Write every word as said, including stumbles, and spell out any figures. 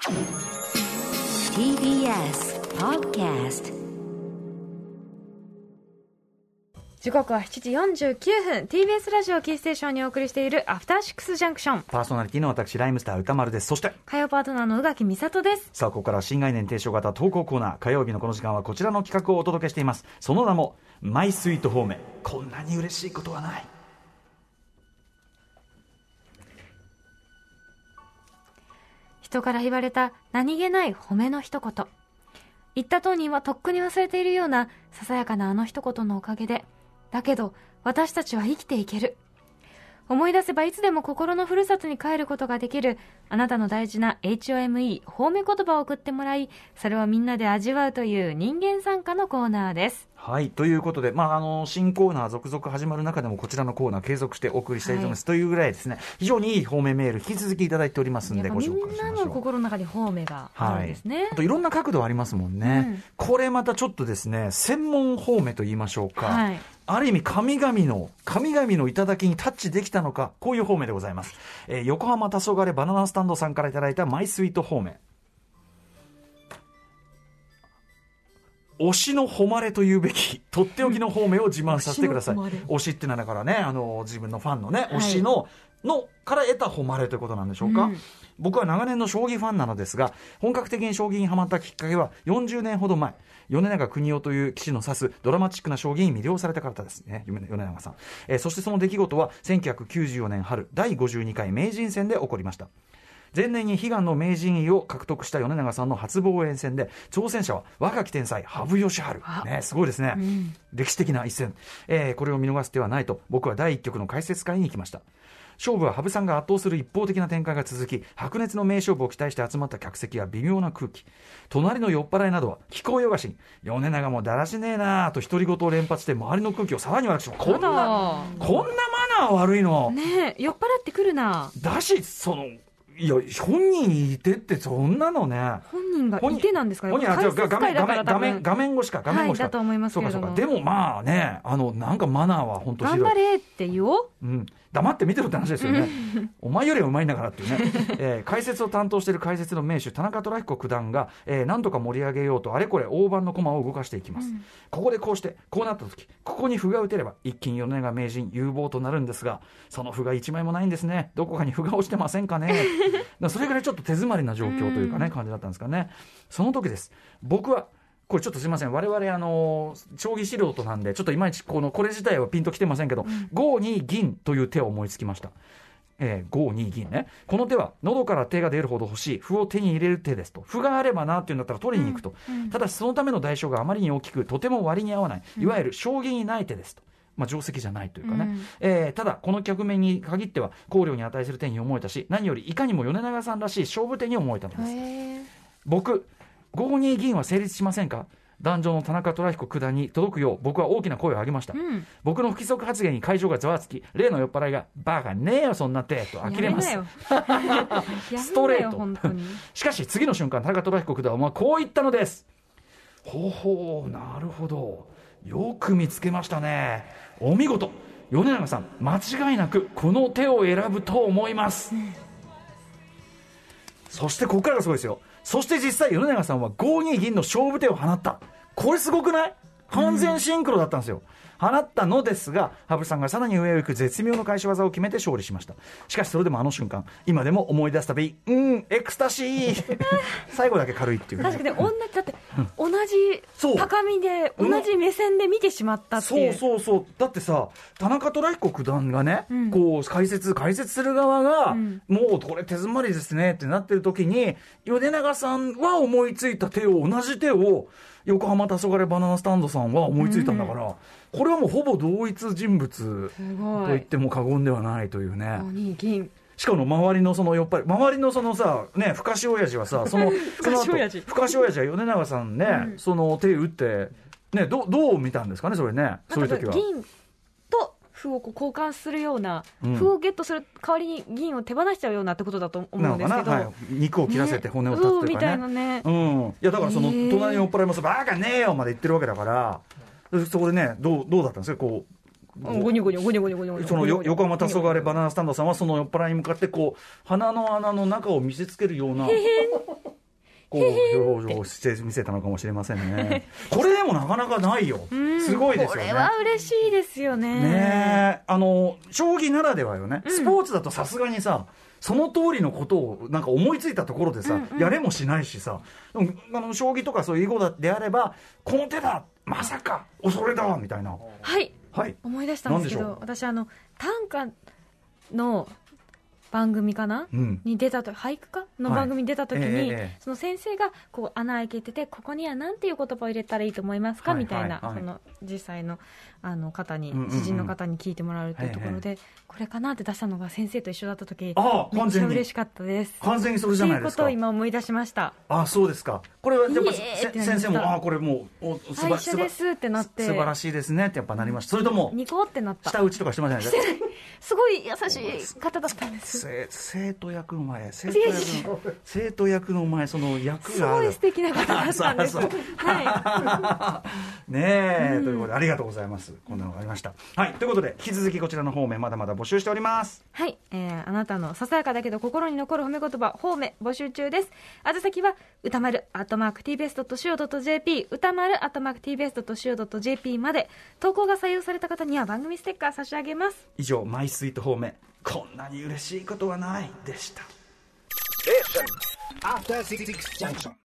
ティービーエス Podcast。 時刻はしちじよんじゅうきゅうふん、 ティービーエス ラジオキーステーションにお送りしているアフターシックスジャンクション。 パーソナリティの私ライムスター歌丸です。そして火曜パートナーの宇垣美里です。 さあここから新概念提唱型投稿コーナー、火曜日のこの時間はこちらの企画をお届けしています。その名もマイスイートホーム。こんなに嬉しいことはない。 人から言われた何気ない褒めの一言、言った当人はとっくに忘れているようなささやかなあの一言のおかげで、だけど私たちは生きていける。思い出せばいつでも心のふるさとに帰ることができる、あなたの大事な エイチオーエムイー 褒め言葉を送ってもらい、それをみんなで味わうという人間参加のコーナーです。 はい、ということで、まあ、あの新コーナー続々始まる中でもこちらのコーナー継続してお送りしたいと思います、はい、というぐらいですね、非常にいい褒めメール引き続きいただいておりますのでご紹介しましょう。 みんなの心の中に褒めがあるんですね、はい、 あといろんな角度ありますもんね、うん、これまたちょっとですね専門褒めと言いましょうか、はい、ある意味神々の神々の頂にタッチできたのか、こういう褒めでございます、えー、横浜黄昏バナナスタンドさんからいただいたマイスイート褒め。推しの誉れというべきとっておきの褒めを自慢させてください。推しってのはだからね、あの自分のファンのね、推しの、はい、のから得た誉れということなんでしょうか、うん、僕は長年の将棋ファンなのですが、本格的に将棋にハマったきっかけはよんじゅうねんほど前、米長邦夫という棋士の指すドラマチックな将棋に魅了されたからですね、米長さん、えー、そしてその出来事はせんきゅうひゃくきゅうじゅうよねん春だいごじゅうにかい名人戦で起こりました。前年に悲願の名人位を獲得した米長さんの初防衛戦で、挑戦者は若き天才羽生善治、ね、すごいですね、うん、歴史的な一戦、えー、これを見逃す手はないと僕はだいいっ局の解説会に行きました。勝負は羽生さんが圧倒する一方的な展開が続き、白熱の名勝負を期待して集まった客席は微妙な空気。隣の酔っ払いなどは気候よがしに米長もだらしねえなと独り言を連発して周りの空気をさらに悪くし、こんなこんなマナー悪いのねえ、酔っ払ってくるなだし、そのいや本人いてってそんなのね、 本人がいてなんですかね。 本人は画面、画面、画面、画面越しか画面越しか、 はい、だと思いますけれども、 そうかそうか。でもまあね、あのなんかマナーは本当に頑張れって言おう、 うん、黙って見てるって話ですよねお前よりはうまいんだからっていうね、えー、解説を担当している解説の名手田中虎彦九段が、えー、何とか盛り上げようとあれこれ大盤の駒を動かしていきます、うん、ここでこうしてこうなった時、ここに歩が打てれば一気に米長名人有望となるんですが、その歩が一枚もないんですね。どこかに歩が落ちてませんかねだそれぐらいちょっと手詰まりな状況というかね、うん、感じだったんですかね。その時です、僕はこれちょっとすいません、我々あの将棋素人なんでちょっといまいちこのこれ自体はピンときてませんけど、うん、ごに銀という手を思いつきました。えー、ごに銀ね。この手は喉から手が出るほど欲しい歩を手に入れる手ですと。歩があればなっていうんだったら取りに行くと、うんうん、ただしそのための代償があまりに大きくとても割に合わない、いわゆる将棋にない手ですと。まあ、定石じゃないというかね、うん、えー、ただこの局面に限っては考慮に値する手に思えたし、何よりいかにも米長さんらしい勝負手に思えたのです。僕ごに銀は成立しませんか。壇上の田中虎彦九段に届くよう僕は大きな声を上げました、うん、僕の不規則発言に会場がざわつき、例の酔っ払いがバカねえよそんな手と呆れますストレートしかし次の瞬間田中虎彦九段はこう言ったのです。ほほう、なるほど、よく見つけましたね、お見事、米長さん間違いなくこの手を選ぶと思います、うん、そしてここからがすごいですよ。そして実際米長さんはごに銀の勝負手を放った。これすごくない？完全シンクロだったんですよ、うん、放ったのですが羽生さんがさらに上を行く絶妙の返し技を決めて勝利しました。しかしそれでもあの瞬間今でも思い出すたび、うんエクスタシー最後だけ軽いっていう、ね、 確かに同じだって同じ高みで同じ目線で見てしまったっていう、 そうそうそう。だってさ田中虎彦九段がね、うん、こう解説解説する側が、うん、もうこれ手詰まりですねってなってる時に米長さんは思いついた手を同じ手を横浜黄昏バナナスタンドさんは思いついたんだから、うん、これはもうほぼ同一人物と言っても過言ではないというね。 銀しかも周りのそのやっぱり周りのそのさねふかし親父はさそのその後ふかし親父は米長さんね、うん、その手打ってねどどう見たんですかねそれね。そういう時は銀と歩をこう交換するような、うん、歩をゲットする代わりに銀を手放しちゃうようなってことだと思うんですけど、はい、 肉を切らせて骨を断つというかね、ね、みたいなね、うん、いやだからその隣に酔っ払いもさバカねえよまで言ってるわけだからそこでねどうどうだったんですかこうゴニョゴニョゴニョゴニョゴニョその横浜黄昏バナナスタンドさんはその酔っ払いに向かってこう鼻の穴の中を見せつけるようなこう表情をして見せたのかもしれませんねこれでもなかなかないよ、すごいですよね。 これは嬉しいですよね。 ね、あの将棋ならではよね、うん、スポーツだとさすがにさその通りのことをなんか思いついたところでさ、うんうん、やれもしないしさ、あの将棋とかそういう囲碁であればこの手だまさか恐れだみたいな、 はい、 はい、 思い出したんですけど、私あの短歌の番組かな、うん、に出たと俳句かの番組に出た時に、はいえー、その先生がこう穴開けててここには何ていう言葉を入れたらいいと思いますか、はい、みたいな、はい、その実際のあの方に、うんうんうん、知人の方に聞いてもらうというところで、はいはい、これかなって出したのが先生と一緒だった時、あめっちゃ嬉しかったです。 完全にそれじゃないですか。 ということを今思い出しました。 あそうですか。これはやっぱ先生もあこれもうおすば最初ですってなって素晴らしいですねってやっぱなりました。それともニコってなった。 舌打ちとかしてませんでしたすごい優しい方だったんです。 生徒役の前生徒役の生徒役の前その役があるすごい素敵な方だったんです。はい。 ねえ、うん、ということでありがとうございます。こんなのがありました。はい、ということで引き続きこちらの方面まだまだ募集しております。 はい、えー、あなたのささやかだけど心に残る褒め言葉方面募集中です。宛先は歌丸アットマーク ティービーエスドットシーオードットジェーピー 歌丸アットマーク ティービーエスドットシーオードットジェーピー まで。投稿が採用された方には番組ステッカー差し上げます。 以上マイスイート方面こんなに嬉しいことはないでした。